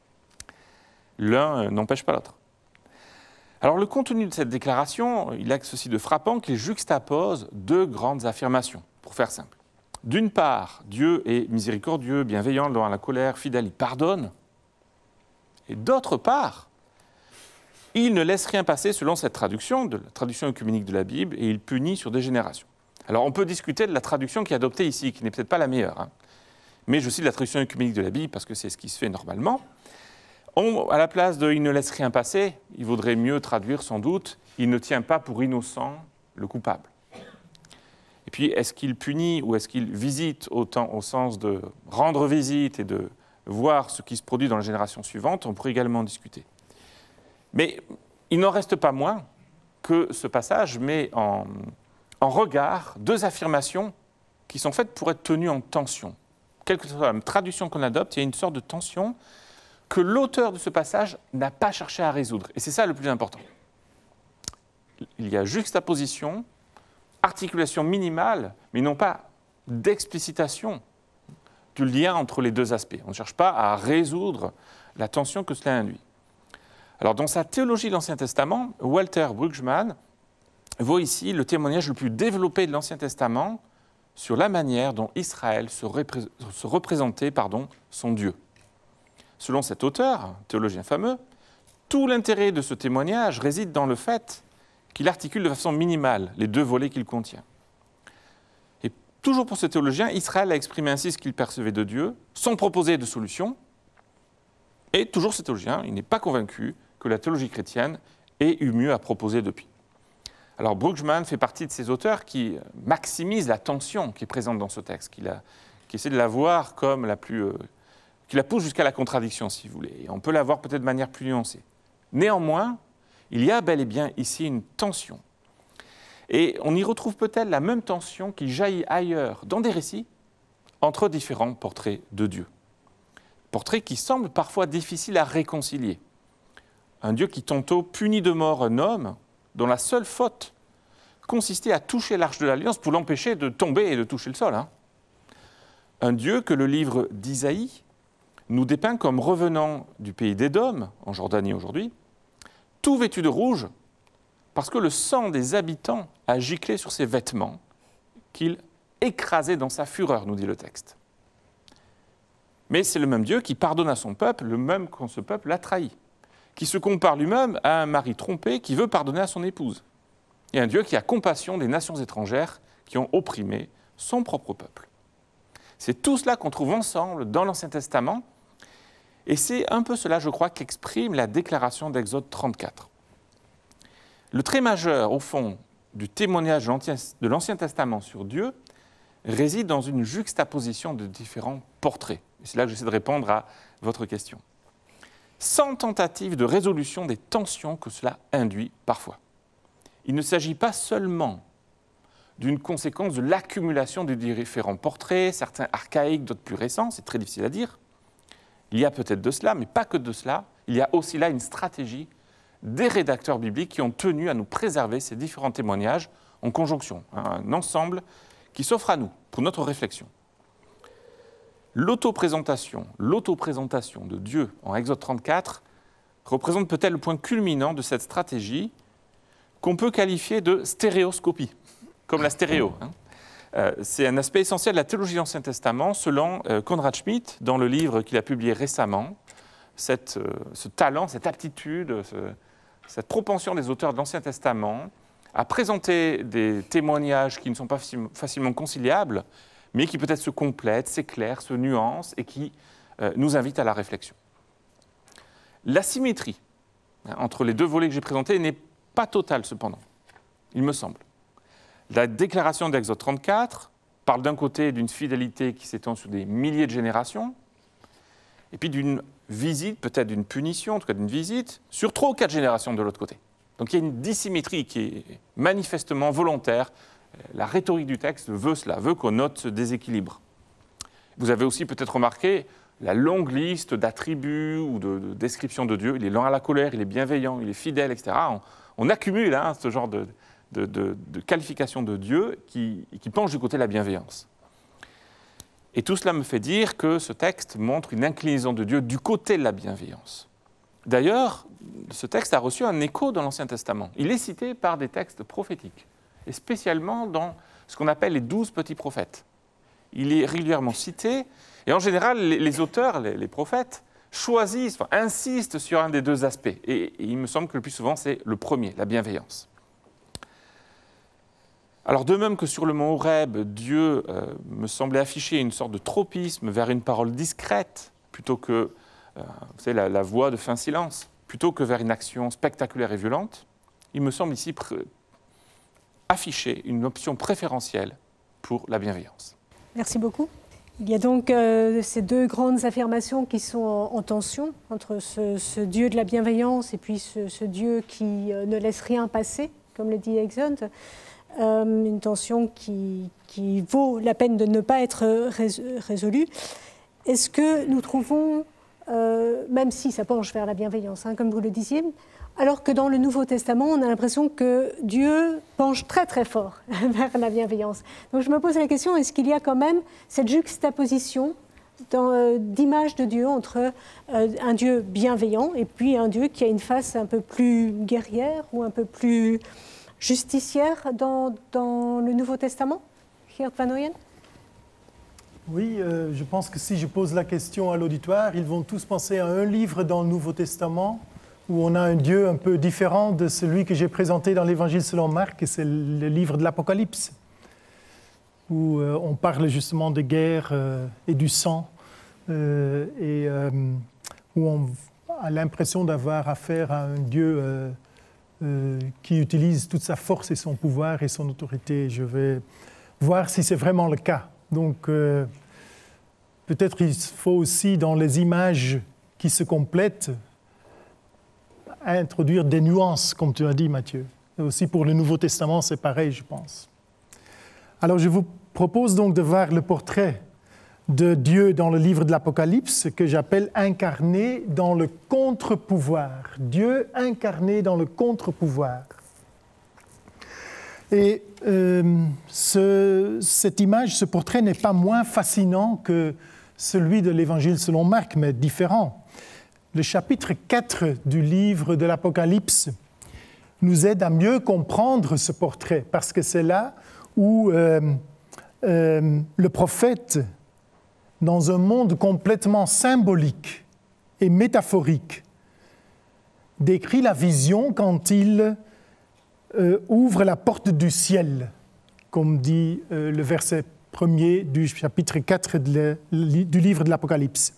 L'un n'empêche pas l'autre. Alors le contenu de cette déclaration, il a ceci de frappant qu'il juxtapose deux grandes affirmations, pour faire simple. D'une part, Dieu est miséricordieux, bienveillant, lent à la colère, fidèle, il pardonne. Et d'autre part, il ne laisse rien passer selon cette traduction, de la traduction œcuménique de la Bible, et il punit sur des générations. Alors on peut discuter de la traduction qui est adoptée ici, qui n'est peut-être pas la meilleure, mais je cite la traduction œcuménique de la Bible parce que c'est ce qui se fait normalement. À la place de « il ne laisse rien passer », il vaudrait mieux traduire sans doute « il ne tient pas pour innocent le coupable ». Et puis, est-ce qu'il punit ou est-ce qu'il visite autant au sens de rendre visite et de voir ce qui se produit dans la génération suivante? On pourrait également en discuter. Mais il n'en reste pas moins que ce passage met en regard deux affirmations qui sont faites pour être tenues en tension. Quelle que soit la traduction qu'on adopte, il y a une sorte de tension que l'auteur de ce passage n'a pas cherché à résoudre. Et c'est ça le plus important. Il y a juxtaposition, articulation minimale, mais non pas d'explicitation du lien entre les deux aspects. On ne cherche pas à résoudre la tension que cela induit. Alors, dans sa théologie de l'Ancien Testament, Walter Brueggemann voit ici le témoignage le plus développé de l'Ancien Testament sur la manière dont Israël se représentait son Dieu. Selon cet auteur, un théologien fameux, tout l'intérêt de ce témoignage réside dans le fait qu'il articule de façon minimale les deux volets qu'il contient. Et toujours pour ce théologien, Israël a exprimé ainsi ce qu'il percevait de Dieu, sans proposer de solution. Et toujours ce théologien, il n'est pas convaincu que la théologie chrétienne ait eu mieux à proposer depuis. Alors Brueggemann fait partie de ces auteurs qui maximisent la tension qui est présente dans ce texte, qui essaie de la voir comme qui la pousse jusqu'à la contradiction, si vous voulez. Et on peut la voir peut-être de manière plus nuancée. Néanmoins, il y a bel et bien ici une tension. Et on y retrouve peut-être la même tension qui jaillit ailleurs, dans des récits, entre différents portraits de Dieu. Portraits qui semblent parfois difficiles à réconcilier. Un Dieu qui tantôt punit de mort un homme dont la seule faute consistait à toucher l'arche de l'Alliance pour l'empêcher de tomber et de toucher le sol. Un Dieu que le livre d'Isaïe nous dépeint comme revenant du pays d'Édom, en Jordanie aujourd'hui, tout vêtu de rouge, parce que le sang des habitants a giclé sur ses vêtements, qu'il écrasait dans sa fureur, nous dit le texte. Mais c'est le même Dieu qui pardonne à son peuple, le même quand ce peuple l'a trahi, qui se compare lui-même à un mari trompé qui veut pardonner à son épouse, et un Dieu qui a compassion des nations étrangères qui ont opprimé son propre peuple. C'est tout cela qu'on trouve ensemble dans l'Ancien Testament, et c'est un peu cela, je crois, qu'exprime la déclaration d'Exode 34. Le trait majeur, au fond, du témoignage de l'Ancien Testament sur Dieu réside dans une juxtaposition de différents portraits. Et c'est là que j'essaie de répondre à votre question. Sans tentative de résolution des tensions que cela induit parfois. Il ne s'agit pas seulement d'une conséquence de l'accumulation des différents portraits, certains archaïques, d'autres plus récents, c'est très difficile à dire. Il y a peut-être de cela, mais pas que de cela. Il y a aussi là une stratégie des rédacteurs bibliques qui ont tenu à nous préserver ces différents témoignages en conjonction, un ensemble qui s'offre à nous pour notre réflexion. L'autoprésentation de Dieu en Exode 34 représente peut-être le point culminant de cette stratégie qu'on peut qualifier de stéréoscopie, comme la stéréo. C'est un aspect essentiel de la théologie de l'Ancien Testament, selon Conrad Schmidt, dans le livre qu'il a publié récemment, ce talent, cette aptitude, cette propension des auteurs de l'Ancien Testament à présenter des témoignages qui ne sont pas facilement conciliables, mais qui peut-être se complètent, s'éclairent, se nuancent et qui nous invitent à la réflexion. La symétrie entre les deux volets que j'ai présentés n'est pas totale cependant, il me semble. La déclaration d'Exode 34 parle d'un côté d'une fidélité qui s'étend sur des milliers de générations, et puis d'une visite, peut-être d'une punition, en tout cas d'une visite, sur 3 ou 4 générations de l'autre côté. Donc il y a une dissymétrie qui est manifestement volontaire. La rhétorique du texte veut cela, veut qu'on note ce déséquilibre. Vous avez aussi peut-être remarqué la longue liste d'attributs ou de descriptions de Dieu. Il est lent à la colère, il est bienveillant, il est fidèle, etc. On accumule ce genre de qualification de Dieu qui penche du côté de la bienveillance. Et tout cela me fait dire que ce texte montre une inclinaison de Dieu du côté de la bienveillance. D'ailleurs, ce texte a reçu un écho dans l'Ancien Testament. Il est cité par des textes prophétiques, et spécialement dans ce qu'on appelle les 12 petits prophètes. Il est régulièrement cité, et en général, les auteurs, les prophètes, choisissent, insistent sur un des deux aspects. Et il me semble que le plus souvent, c'est le premier, la bienveillance. Alors, de même que sur le mont Horeb, Dieu me semblait afficher une sorte de tropisme vers une parole discrète, plutôt que, vous savez, la voix de fin silence, plutôt que vers une action spectaculaire et violente, il me semble ici afficher une option préférentielle pour la bienveillance. Merci beaucoup. Il y a donc ces deux grandes affirmations qui sont en tension entre ce Dieu de la bienveillance et puis ce Dieu qui ne laisse rien passer, comme le dit Exode. Une tension qui vaut la peine de ne pas être résolue. Est-ce que nous trouvons, même si ça penche vers la bienveillance, comme vous le disiez, alors que dans le Nouveau Testament, on a l'impression que Dieu penche très très fort vers la bienveillance. Donc je me pose la question, est-ce qu'il y a quand même cette juxtaposition d'image de Dieu entre un Dieu bienveillant et puis un Dieu qui a une face un peu plus guerrière ou un peu plus justicière dans le Nouveau Testament, Geert Van Ooyen? Oui, je pense que si je pose la question à l'auditoire, ils vont tous penser à un livre dans le Nouveau Testament où on a un Dieu un peu différent de celui que j'ai présenté dans l'Évangile selon Marc, et c'est le livre de l'Apocalypse, où on parle justement de guerre et du sang, et où on a l'impression d'avoir affaire à un Dieu qui utilise toute sa force et son pouvoir et son autorité. Je vais voir si c'est vraiment le cas. Donc, peut-être il faut aussi, dans les images qui se complètent, introduire des nuances, comme tu as dit, Mathieu. Et aussi pour le Nouveau Testament, c'est pareil, je pense. Alors, je vous propose donc de voir le portrait de Dieu dans le livre de l'Apocalypse, que j'appelle incarné dans le contre-pouvoir. Dieu incarné dans le contre-pouvoir. Et cette image, ce portrait n'est pas moins fascinant que celui de l'Évangile selon Marc, mais différent. Le chapitre 4 du livre de l'Apocalypse nous aide à mieux comprendre ce portrait, parce que c'est là où le prophète, dans un monde complètement symbolique et métaphorique, décrit la vision quand il ouvre la porte du ciel, comme dit le verset 1er du chapitre 4 du livre de l'Apocalypse.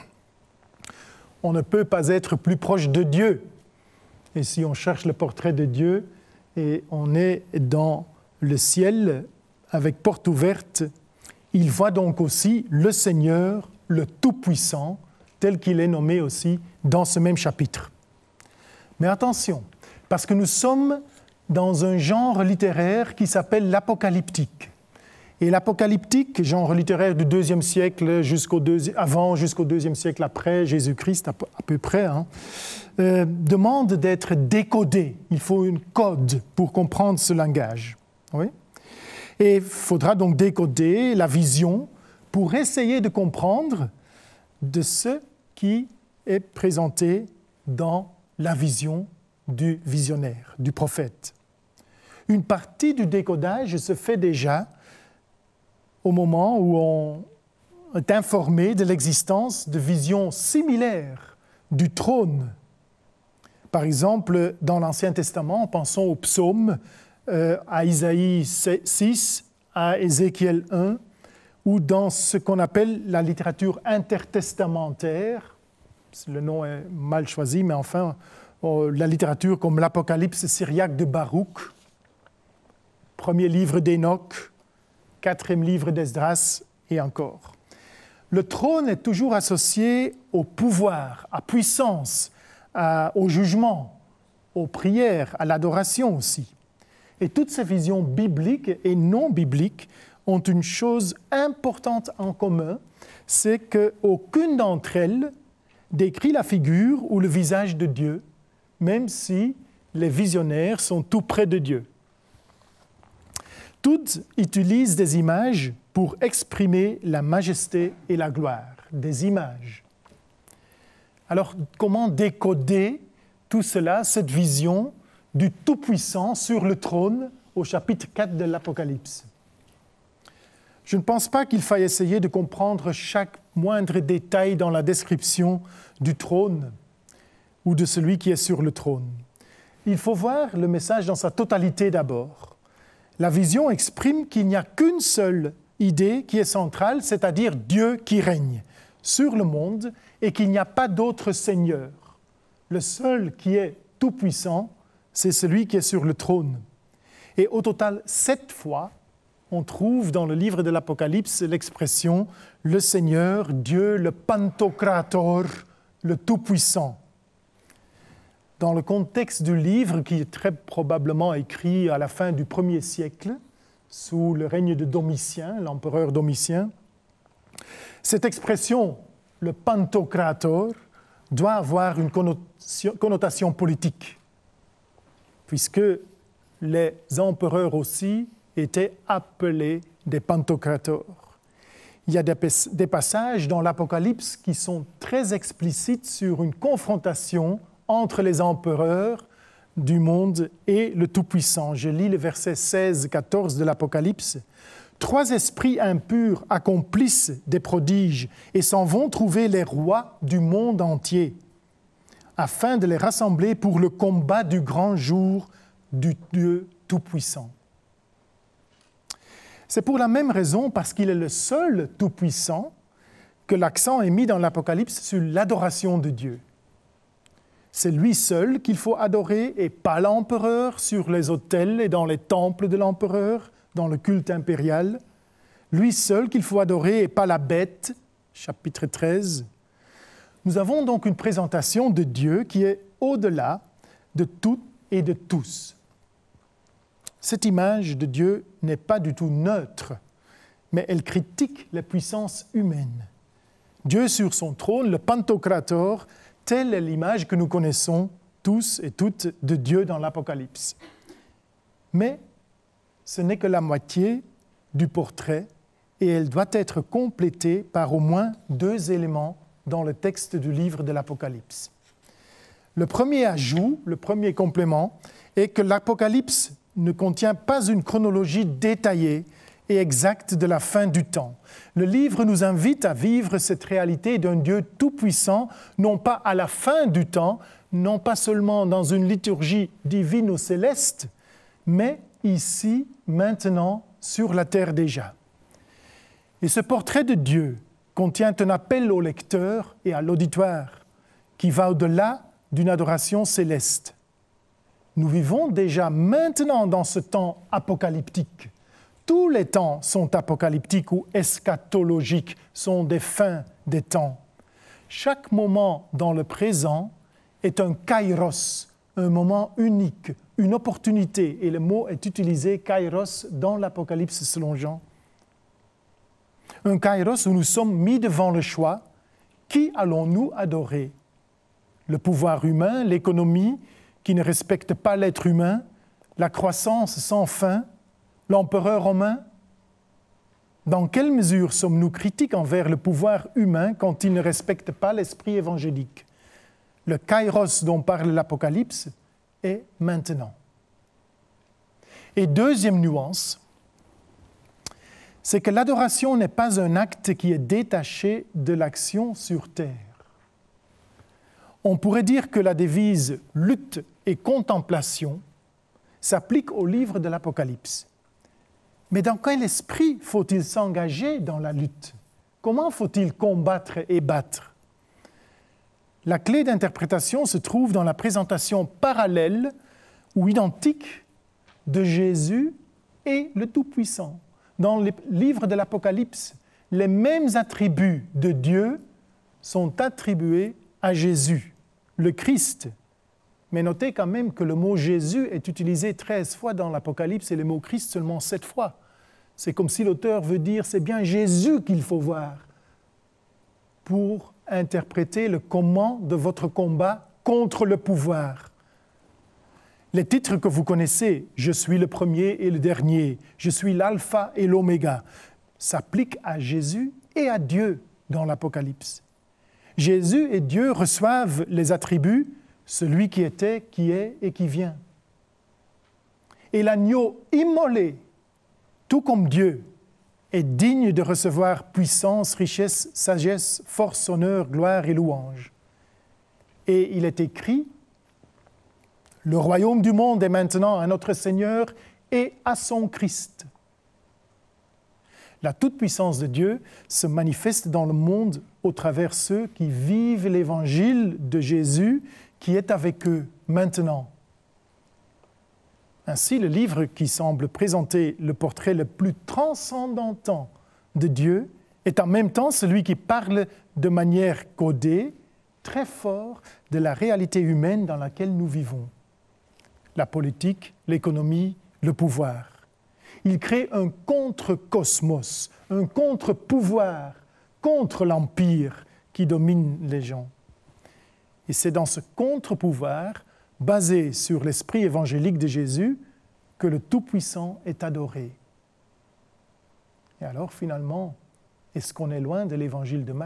On ne peut pas être plus proche de Dieu. Et si on cherche le portrait de Dieu, et on est dans le ciel avec porte ouverte, il voit donc aussi le Seigneur, le Tout-Puissant, tel qu'il est nommé aussi dans ce même chapitre. Mais attention, parce que nous sommes dans un genre littéraire qui s'appelle l'apocalyptique. Et l'apocalyptique, genre littéraire du IIe siècle jusqu'au IIe siècle après Jésus-Christ, à peu près, demande d'être décodé. Il faut un code pour comprendre ce langage. Oui? Et il faudra donc décoder la vision pour essayer de comprendre de ce qui est présenté dans la vision du visionnaire, du prophète. Une partie du décodage se fait déjà au moment où on est informé de l'existence de visions similaires du trône. Par exemple, dans l'Ancien Testament, pensons aux psaumes, à Isaïe 6, à Ézéchiel 1, ou dans ce qu'on appelle la littérature intertestamentaire, le nom est mal choisi, mais enfin, la littérature comme l'Apocalypse syriaque de Baruch, premier livre d'Enoch, quatrième livre d'Esdras, et encore. Le trône est toujours associé au pouvoir, à puissance, au jugement, aux prières, à l'adoration aussi. Et toutes ces visions bibliques et non bibliques ont une chose importante en commun, c'est qu'aucune d'entre elles décrit la figure ou le visage de Dieu, même si les visionnaires sont tout près de Dieu. Toutes utilisent des images pour exprimer la majesté et la gloire, des images. Alors, comment décoder tout cela, cette vision du Tout-Puissant sur le trône au chapitre 4 de l'Apocalypse? Je ne pense pas qu'il faille essayer de comprendre chaque moindre détail dans la description du trône ou de celui qui est sur le trône. Il faut voir le message dans sa totalité d'abord. La vision exprime qu'il n'y a qu'une seule idée qui est centrale, c'est-à-dire Dieu qui règne sur le monde et qu'il n'y a pas d'autre Seigneur. Le seul qui est tout-puissant, c'est celui qui est sur le trône. Et au total, 7 fois, on trouve dans le livre de l'Apocalypse l'expression « le Seigneur, Dieu, le Pantocrator, le Tout-Puissant ». Dans le contexte du livre, qui est très probablement écrit à la fin du 1er siècle, sous le règne de Domitien, l'empereur Domitien, cette expression, le Pantocrator, doit avoir une connotation politique, puisque les empereurs aussi étaient appelés des Pantocrators. Il y a des passages dans l'Apocalypse qui sont très explicites sur une confrontation entre les empereurs du monde et le Tout-Puissant. Je lis le verset 16-14 de l'Apocalypse. « 3 esprits impurs accomplissent des prodiges et s'en vont trouver les rois du monde entier, afin de les rassembler pour le combat du grand jour du Dieu Tout-Puissant. » C'est pour la même raison, parce qu'il est le seul Tout-Puissant, que l'accent est mis dans l'Apocalypse sur l'adoration de Dieu. C'est lui seul qu'il faut adorer et pas l'empereur sur les autels et dans les temples de l'empereur, dans le culte impérial. Lui seul qu'il faut adorer et pas la bête, chapitre 13. Nous avons donc une présentation de Dieu qui est au-delà de tout et de tous. Cette image de Dieu n'est pas du tout neutre, mais elle critique les puissances humaines. Dieu sur son trône, le Pantocrator, telle est l'image que nous connaissons tous et toutes de Dieu dans l'Apocalypse. Mais ce n'est que la moitié du portrait et elle doit être complétée par au moins 2 éléments dans le texte du livre de l'Apocalypse. Le premier ajout, le premier complément, est que l'Apocalypse ne contient pas une chronologie détaillée et exacte de la fin du temps. Le livre nous invite à vivre cette réalité d'un Dieu tout-puissant, non pas à la fin du temps, non pas seulement dans une liturgie divine ou céleste, mais ici, maintenant, sur la terre déjà. Et ce portrait de Dieu contient un appel au lecteur et à l'auditoire qui va au-delà d'une adoration céleste. Nous vivons déjà maintenant dans ce temps apocalyptique. Tous les temps sont apocalyptiques ou eschatologiques, sont des fins des temps. Chaque moment dans le présent est un kairos, un moment unique, une opportunité. Et le mot est utilisé, kairos, dans l'Apocalypse selon Jean. Un kairos où nous sommes mis devant le choix. Qui allons-nous adorer? Le pouvoir humain, l'économie qui ne respecte pas l'être humain, la croissance sans fin, l'empereur romain? Dans quelle mesure sommes-nous critiques envers le pouvoir humain quand il ne respecte pas l'esprit évangélique? Le kairos dont parle l'Apocalypse est maintenant. Et deuxième nuance, c'est que l'adoration n'est pas un acte qui est détaché de l'action sur terre. On pourrait dire que la devise « lutte et contemplation » s'applique au livre de l'Apocalypse. Mais dans quel esprit faut-il s'engager dans la lutte? Comment faut-il combattre et battre? La clé d'interprétation se trouve dans la présentation parallèle ou identique de Jésus et le Tout-Puissant. Dans le livre de l'Apocalypse, les mêmes attributs de Dieu sont attribués à Jésus, le Christ. Mais notez quand même que le mot Jésus est utilisé 13 fois dans l'Apocalypse et le mot Christ seulement 7 fois. C'est comme si l'auteur veut dire c'est bien Jésus qu'il faut voir pour interpréter le comment de votre combat contre le pouvoir. Les titres que vous connaissez, « Je suis le premier et le dernier »,« Je suis l'alpha et l'oméga », s'appliquent à Jésus et à Dieu dans l'Apocalypse. Jésus et Dieu reçoivent les attributs « celui qui était, qui est et qui vient ». Et l'agneau immolé, tout comme Dieu, est digne de recevoir puissance, richesse, sagesse, force, honneur, gloire et louange. Et il est écrit « Le royaume du monde est maintenant à notre Seigneur et à son Christ ». La toute-puissance de Dieu se manifeste dans le monde au travers ceux qui vivent l'évangile de Jésus qui est avec eux maintenant. Ainsi, le livre qui semble présenter le portrait le plus transcendantant de Dieu est en même temps celui qui parle de manière codée, très fort, de la réalité humaine dans laquelle nous vivons. La politique, l'économie, le pouvoir. Il crée un contre-cosmos, un contre-pouvoir, contre l'empire qui domine les gens. Et c'est dans ce contre-pouvoir, basé sur l'esprit évangélique de Jésus, que le Tout-Puissant est adoré. Et alors, finalement, est-ce qu'on est loin de l'évangile de Marc ?